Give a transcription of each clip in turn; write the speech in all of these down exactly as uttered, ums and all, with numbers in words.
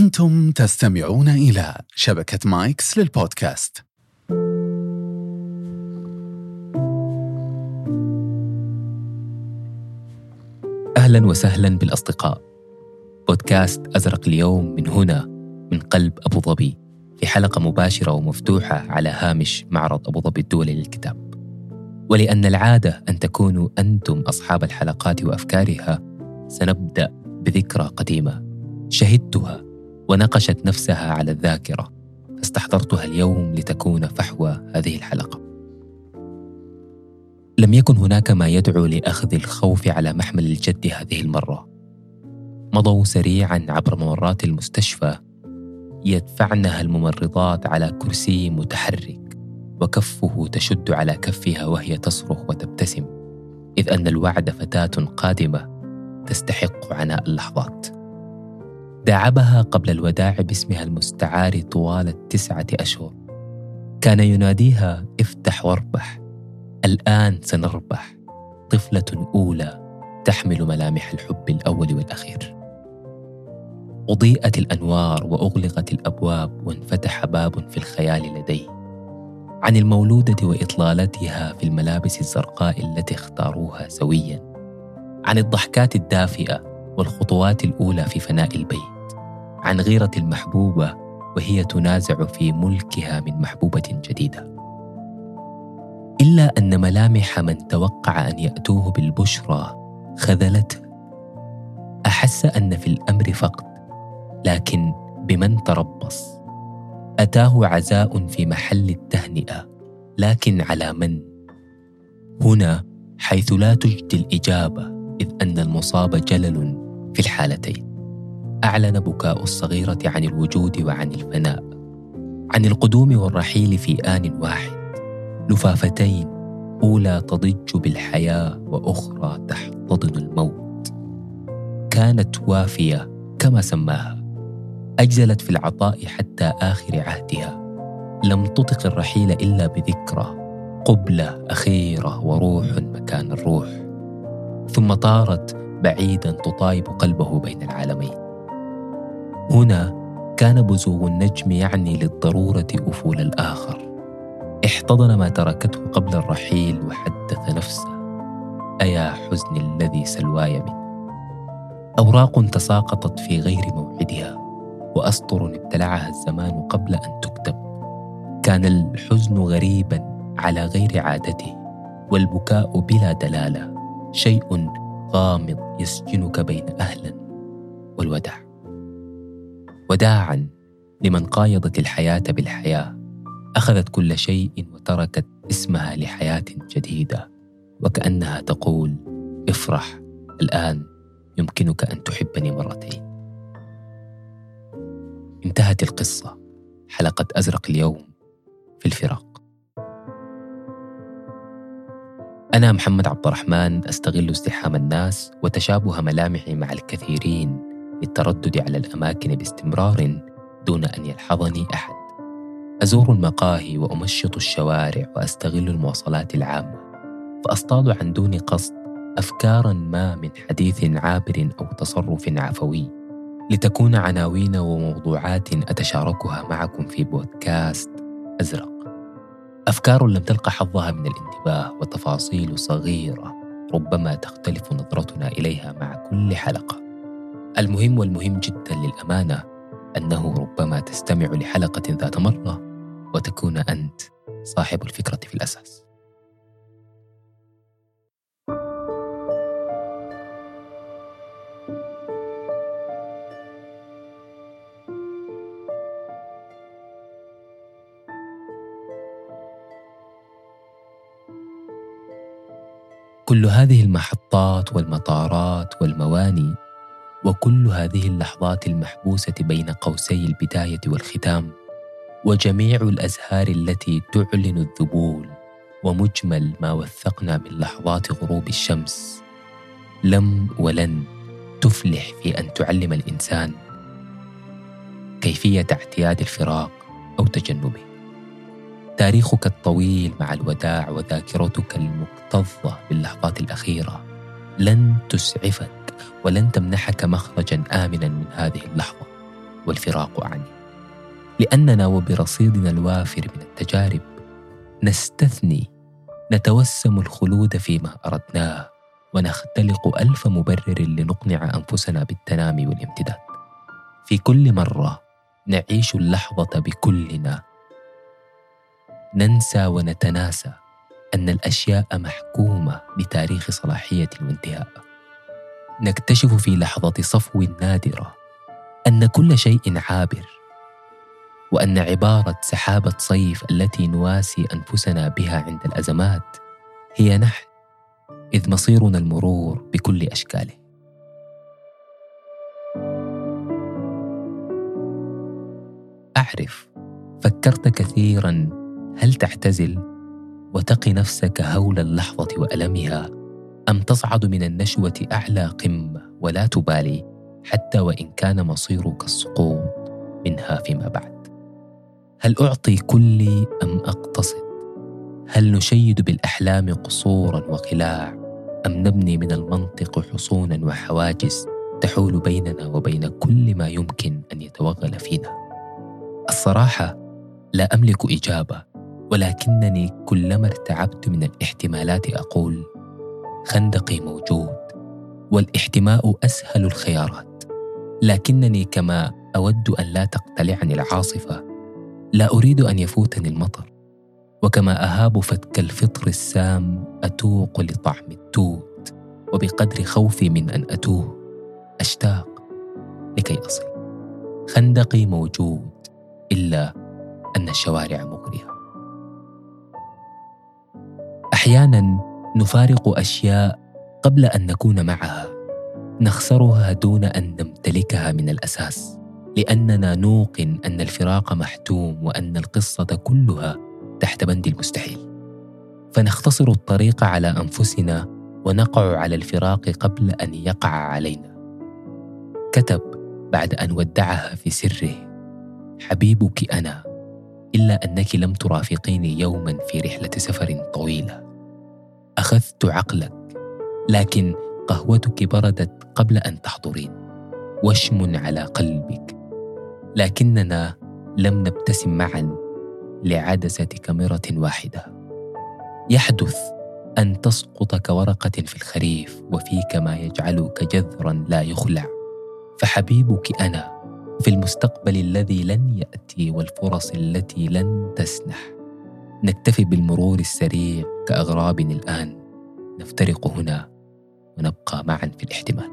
أنتم تستمعون إلى شبكة مايكس للبودكاست. أهلا وسهلا بالأصدقاء. بودكاست أزرق اليوم من هنا، من قلب أبو ظبي، في حلقة مباشرة ومفتوحة على هامش معرض أبو ظبي الدولي للكتاب. ولأن العادة أن تكونوا أنتم أصحاب الحلقات وأفكارها، سنبدأ بذكرى قديمة شهدتها ونقشت نفسها على الذاكرة، فاستحضرتها اليوم لتكون فحوى هذه الحلقة. لم يكن هناك ما يدعو لأخذ الخوف على محمل الجد هذه المرة. مضوا سريعا عبر ممرات المستشفى، يدفعنها الممرضات على كرسي متحرك، وكفه تشد على كفها وهي تصرخ وتبتسم، إذ أن الوعد فتاة قادمة تستحق عناء اللحظات. داعبها قبل الوداع باسمها المستعار طوال التسعة أشهر. كان يناديها: افتح واربح، الآن سنربح. طفلة أولى تحمل ملامح الحب الأول والأخير. أضيئت الأنوار وأغلقت الأبواب، وانفتح باب في الخيال لديه عن المولودة وإطلالتها في الملابس الزرقاء التي اختاروها سويا، عن الضحكات الدافئة والخطوات الأولى في فناء البيت، عن غيرة المحبوبة وهي تنازع في ملكها من محبوبة جديدة. إلا أن ملامح من توقع أن يأتوه بالبشرى خذلته. أحس أن في الأمر فقد، لكن بمن تربص؟ أتاه عزاء في محل التهنئة، لكن على من؟ هنا حيث لا تجدي الإجابة، إذ أن المصاب جلل في الحالتين. أعلن بكاء الصغيرة عن الوجود وعن الفناء، عن القدوم والرحيل في آن واحد. لفافتين، أولى تضج بالحياة وأخرى تحتضن الموت. كانت وافية كما سماها، أجزلت في العطاء حتى آخر عهدها. لم تطق الرحيل إلا بذكرى، قبلة أخيرة وروح مكان الروح، ثم طارت بعيدا تطايب قلبه بين العالمين. هنا كان بزوغ النجم يعني للضرورة أفول الآخر. احتضن ما تركته قبل الرحيل وحدث نفسه: أيا حزن الذي سلواي منه. أوراق تساقطت في غير موعدها، وأسطر ابتلعها الزمان قبل أن تكتب. كان الحزن غريبا على غير عادته، والبكاء بلا دلالة، شيء غامض يسجنك بين أهلا. والوداع، وداعا لمن قايضت الحياة بالحياة، أخذت كل شيء وتركت اسمها لحياة جديدة، وكأنها تقول: افرح، الآن يمكنك أن تحبني مرتين. انتهت القصة. حلقة أزرق اليوم في الفراق. أنا محمد عبد الرحمن، أستغل ازدحام الناس وتشابه ملامحي مع الكثيرين للتردد على الأماكن باستمرار دون أن يلحظني أحد. أزور المقاهي وأمشط الشوارع وأستغل المواصلات العامة، فأصطاد عن دون قصد أفكاراً ما من حديث عابر أو تصرف عفوي، لتكون عناوين وموضوعات أتشاركها معكم في بودكاست أزرق. أفكار لم تلقى حظها من الانتباه، وتفاصيل صغيرة ربما تختلف نظرتنا إليها مع كل حلقة. المهم والمهم جدا للأمانة أنه ربما تستمع لحلقة ذات مرة وتكون أنت صاحب الفكرة في الأساس. كل هذه المحطات والمطارات والمواني، وكل هذه اللحظات المحبوسة بين قوسي البداية والختام، وجميع الأزهار التي تعلن الذبول، ومجمل ما وثقنا من لحظات غروب الشمس، لم ولن تفلح في أن تعلم الإنسان كيفية اعتياد الفراق أو تجنبه. تاريخك الطويل مع الوداع وذاكرتك المكتظة باللحظات الأخيرة لن تسعفك ولن تمنحك مخرجا آمنا من هذه اللحظة. والفراق أعني، لأننا وبرصيدنا الوافر من التجارب نستثني، نتوسم الخلود فيما أردناه، ونختلق ألف مبرر لنقنع أنفسنا بالتنامي والامتداد. في كل مرة نعيش اللحظة بكلنا، ننسى ونتناسى أن الأشياء محكومة بتاريخ صلاحية وانتهاء. نكتشف في لحظة صفو نادرة أن كل شيء عابر، وأن عبارة سحابة صيف التي نواسي أنفسنا بها عند الأزمات هي نحن، إذ مصيرنا المرور بكل أشكاله. أعرف فكرت كثيراً، هل تعتزل وتقي نفسك هول اللحظة وألمها، أم تصعد من النشوة أعلى قمة ولا تبالي حتى وإن كان مصيرك السقوط منها فيما بعد؟ هل أعطي كلي أم أقتصد؟ هل نشيد بالأحلام قصوراً وقلاع، أم نبني من المنطق حصوناً وحواجز تحول بيننا وبين كل ما يمكن أن يتوغل فينا؟ الصراحة لا أملك إجابة، ولكنني كلما ارتعبت من الاحتمالات أقول خندقي موجود، والاحتماء أسهل الخيارات. لكنني كما أود أن لا تقتلعني العاصفة، لا أريد أن يفوتني المطر، وكما أهاب فتك الفطر السام أتوق لطعم التوت، وبقدر خوفي من أن أتوه أشتاق لكي أصل. خندقي موجود، إلا أن الشوارع مغرية. أحيانا نفارق أشياء قبل أن نكون معها، نخسرها دون أن نمتلكها من الأساس، لأننا نوقن أن الفراق محتوم وأن القصة كلها تحت بند المستحيل، فنختصر الطريق على أنفسنا ونقع على الفراق قبل أن يقع علينا. كتب بعد أن ودعها في سره: حبيبك أنا، إلا أنك لم ترافقيني يوما في رحلة سفر طويلة. أخذت عقلك، لكن قهوتك بردت قبل أن تحضرين، وشم على قلبك، لكننا لم نبتسم معا لعدسة كاميرا واحدة. يحدث أن تسقط كورقة في الخريف، وفيك ما يجعلك جذرا لا يخلع. فحبيبك أنا في المستقبل الذي لن يأتي والفرص التي لن تسنح. نكتفي بالمرور السريع كأغراب الآن، نفترق هنا ونبقى معا في الاحتمال.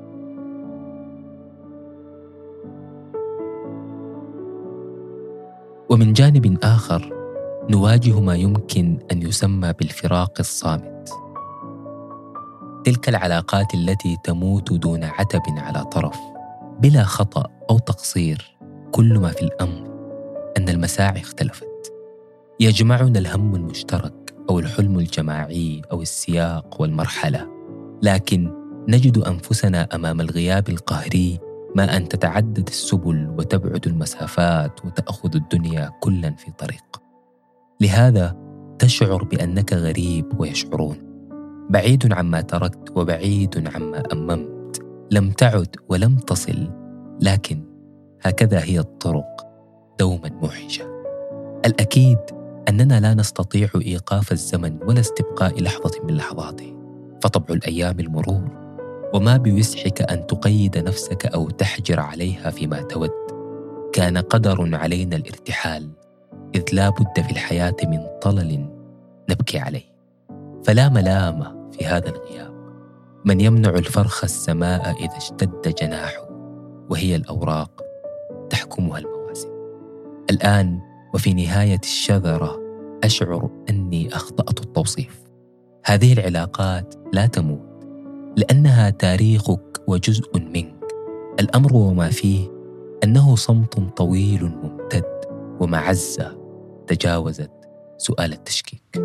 ومن جانب آخر نواجه ما يمكن أن يسمى بالفراق الصامت، تلك العلاقات التي تموت دون عتب على طرف، بلا خطأ أو تقصير. كل ما في الأمر أن المساعي اختلفت، يجمعنا الهم المشترك أو الحلم الجماعي أو السياق والمرحلة، لكن نجد أنفسنا أمام الغياب القهري، ما أن تتعدد السبل وتبعد المسافات وتأخذ الدنيا كلا في طريق. لهذا تشعر بأنك غريب ويشعرون، بعيد عما تركت وبعيد عما أممت، لم تعد ولم تصل، لكن هكذا هي الطرق دوما موحشة. الأكيد أننا لا نستطيع إيقاف الزمن ولا استبقاء لحظة من لحظاته، فطبع الأيام المرور، وما بوسعك أن تقيد نفسك أو تحجر عليها فيما تود. كان قدر علينا الارتحال، إذ لا بد في الحياة من طلل نبكي عليه. فلا ملامة في هذا الغياب، من يمنع الفرخ السماء إذا اشتد جناحه، وهي الأوراق تحكمها المواسم. الآن وفي نهاية الشذرة أشعر أني أخطأت التوصيف. هذه العلاقات لا تموت، لأنها تاريخك وجزء منك. الأمر وما فيه أنه صمت طويل ممتد، ومعزة تجاوزت سؤال التشكيك.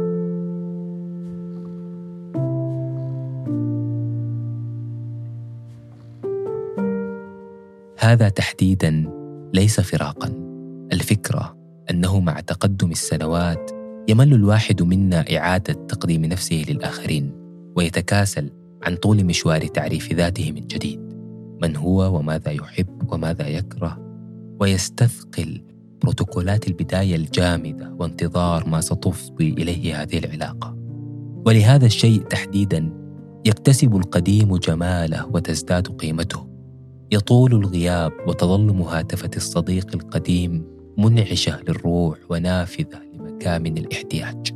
هذا تحديداً ليس فراقاً. الفكرة أنه مع تقدم السنوات يمل الواحد منا إعادة تقديم نفسه للآخرين، ويتكاسل عن طول مشوار تعريف ذاته من جديد. من هو وماذا يحب وماذا يكره، ويستثقل بروتوكولات البداية الجامدة وانتظار ما ستفضي إليه هذه العلاقة. ولهذا الشيء تحديداً يكتسب القديم جماله وتزداد قيمته، يطول الغياب وتظل مهاتفة الصديق القديم منعشة للروح ونافذة لمكامن الاحتياج.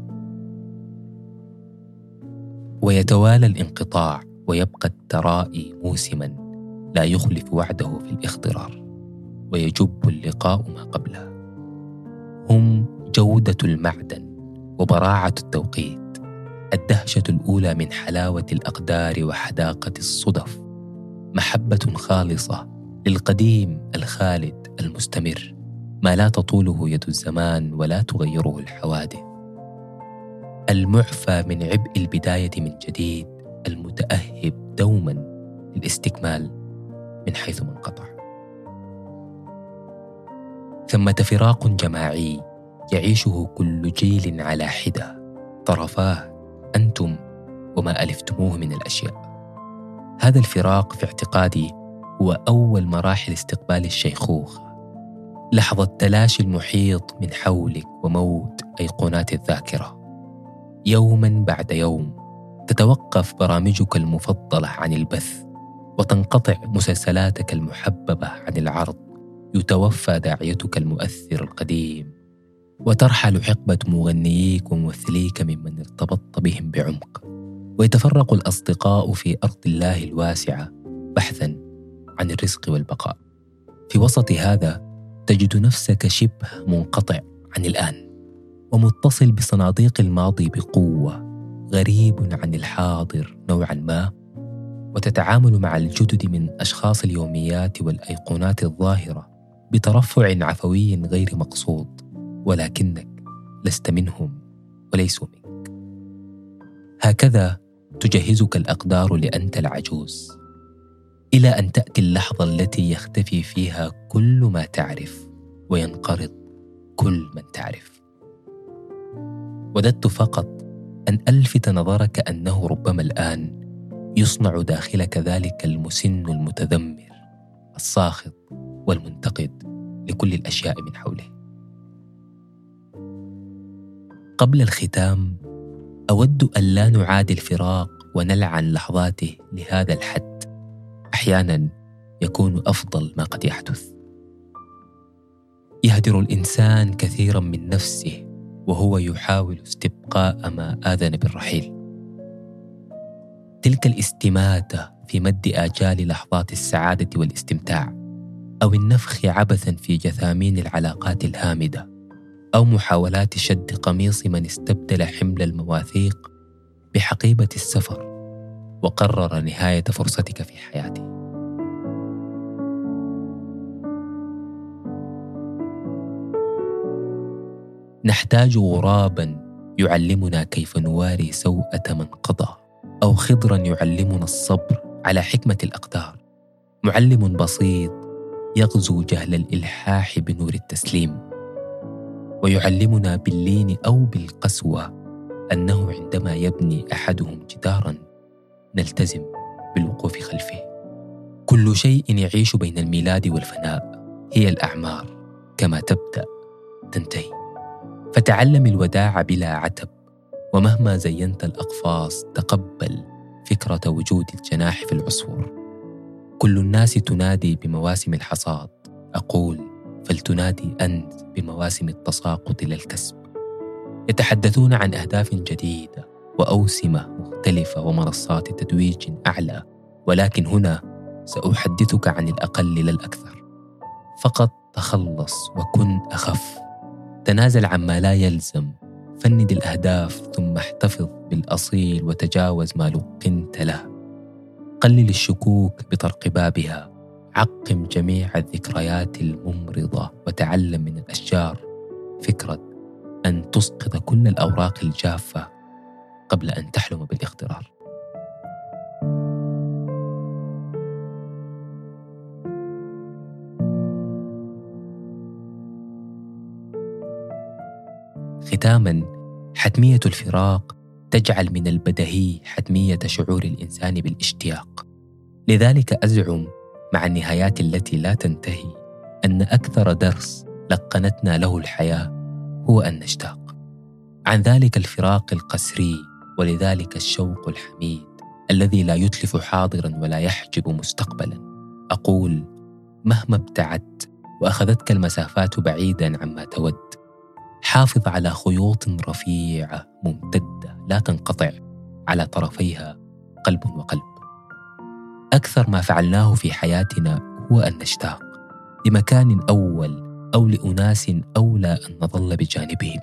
ويتوالى الانقطاع ويبقى الترائي موسماً لا يخلف وعده في الاخضرار، ويجب اللقاء ما قبله. هم جودة المعدن وبراعة التوقيت، الدهشة الأولى من حلاوة الأقدار وحداقة الصدف، محبة خالصة للقديم الخالد المستمر، ما لا تطوله يد الزمان ولا تغيره الحوادث، المعفى من عبء البداية من جديد، المتأهب دوما للاستكمال من حيث ما انقطع. ثمة فراق جماعي يعيشه كل جيل على حدة، طرفاه أنتم وما ألفتموه من الأشياء. هذا الفراق في اعتقادي هو أول مراحل استقبال الشيخوخة، لحظة تلاشي المحيط من حولك وموت أيقونات الذاكرة. يوما بعد يوم تتوقف برامجك المفضلة عن البث، وتنقطع مسلسلاتك المحببة عن العرض، يتوفى داعيتك المؤثر القديم، وترحل حقبة مغنييك وممثليك ممن ارتبطت بهم بعمق، ويتفرق الأصدقاء في أرض الله الواسعة بحثاً عن الرزق والبقاء. في وسط هذا تجد نفسك شبه منقطع عن الآن، ومتصل بصناديق الماضي بقوة، غريب عن الحاضر نوعاً ما، وتتعامل مع الجدد من أشخاص اليوميات والأيقونات الظاهرة بترفع عفوي غير مقصود، ولكنك لست منهم وليسوا منك. هكذا تجهزك الأقدار لأنت العجوز، إلى أن تأتي اللحظة التي يختفي فيها كل ما تعرف وينقرض كل من تعرف. وددت فقط أن ألفت نظرك أنه ربما الآن يصنع داخلك ذلك المسن المتذمر الساخط والمنتقد لكل الأشياء من حوله. قبل الختام أود أن لا نعادي الفراق ونلعن لحظاته لهذا الحد، أحيانا يكون أفضل ما قد يحدث. يهدر الإنسان كثيرا من نفسه وهو يحاول استبقاء ما آذن بالرحيل. تلك الاستماتة في مد آجال لحظات السعادة والاستمتاع، أو النفخ عبثا في جثامين العلاقات الهامدة، أو محاولات شد قميص من استبدل حمل المواثيق بحقيبة السفر وقرر نهاية فرصتك في حياته. نحتاج غرابا يعلمنا كيف نواري سوءة من قضى، أو خضرا يعلمنا الصبر على حكمة الأقدار، معلم بسيط يغزو جهل الإلحاح بنور التسليم، ويعلمنا باللين أو بالقسوة أنه عندما يبني أحدهم جداراً نلتزم بالوقوف خلفه. كل شيء يعيش بين الميلاد والفناء، هي الأعمار كما تبدأ تنتهي. فتعلم الوداع بلا عتب، ومهما زينت الأقفاص تقبل فكرة وجود الجناح في العصفور. كل الناس تنادي بمواسم الحصاد، أقول فلتنادي أنت بمواسم التساقط للكسب. يتحدثون عن أهداف جديدة وأوسمة مختلفة ومنصات تتويج أعلى، ولكن هنا سأحدثك عن الأقل لا الأكثر. فقط تخلص وكن أخف، تنازل عما لا يلزم، فند الأهداف ثم احتفظ بالأصيل وتجاوز ما لقنت له. قلل الشكوك بطرق بابها، عقم جميع الذكريات الممرضة، وتعلم من الأشجار فكرة أن تسقط كل الأوراق الجافة قبل أن تحلم بالاخضرار. ختاماً، حتمية الفراق تجعل من البديهي حتمية شعور الإنسان بالاشتياق. لذلك أزعم مع النهايات التي لا تنتهي أن أكثر درس لقنتنا له الحياة هو أن نشتاق. عن ذلك الفراق القسري ولذلك الشوق الحميد الذي لا يتلف حاضراً ولا يحجب مستقبلاً، أقول: مهما ابتعدت وأخذتك المسافات بعيداً عما تود، حافظ على خيوط رفيعة ممتدة لا تنقطع على طرفيها قلب وقلب. أكثر ما فعلناه في حياتنا هو أن نشتاق لمكان أول أو لأناس أولى أن نظل بجانبهم،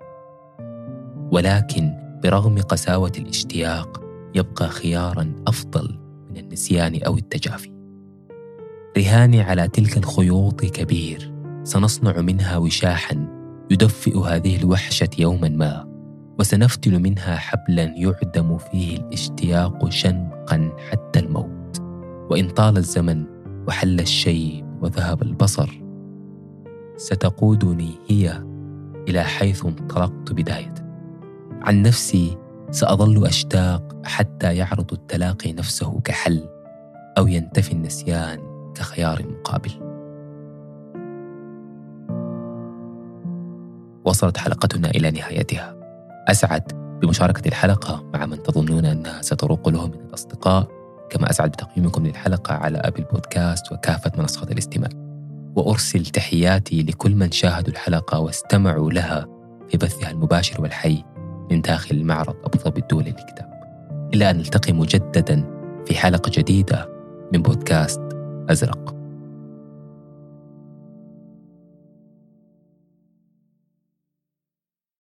ولكن برغم قساوة الاشتياق يبقى خياراً أفضل من النسيان أو التجافي. رهاني على تلك الخيوط كبير، سنصنع منها وشاحاً يدفئ هذه الوحشة يوماً ما، وسنفتل منها حبلاً يعدم فيه الاشتياق شنقاً حتى الموت. وإن طال الزمن وحل الشيب وذهب البصر، ستقودني هي إلى حيث انطلقت بداية. عن نفسي سأظل أشتاق حتى يعرض التلاقي نفسه كحل، أو ينتفي النسيان كخيار مقابل. وصلت حلقتنا إلى نهايتها. أسعد بمشاركة الحلقة مع من تظنون أنها ستروق لهم من الأصدقاء، كما أسعد بتقييمكم للحلقة على أبل بودكاست وكافة منصات الاستماع. وأرسل تحياتي لكل من شاهدوا الحلقة واستمعوا لها في بثها المباشر والحي من داخل معرض أبو ظبي الدولي للكتاب. إلى أن نلتقي مجددا في حلقة جديدة من بودكاست أزرق.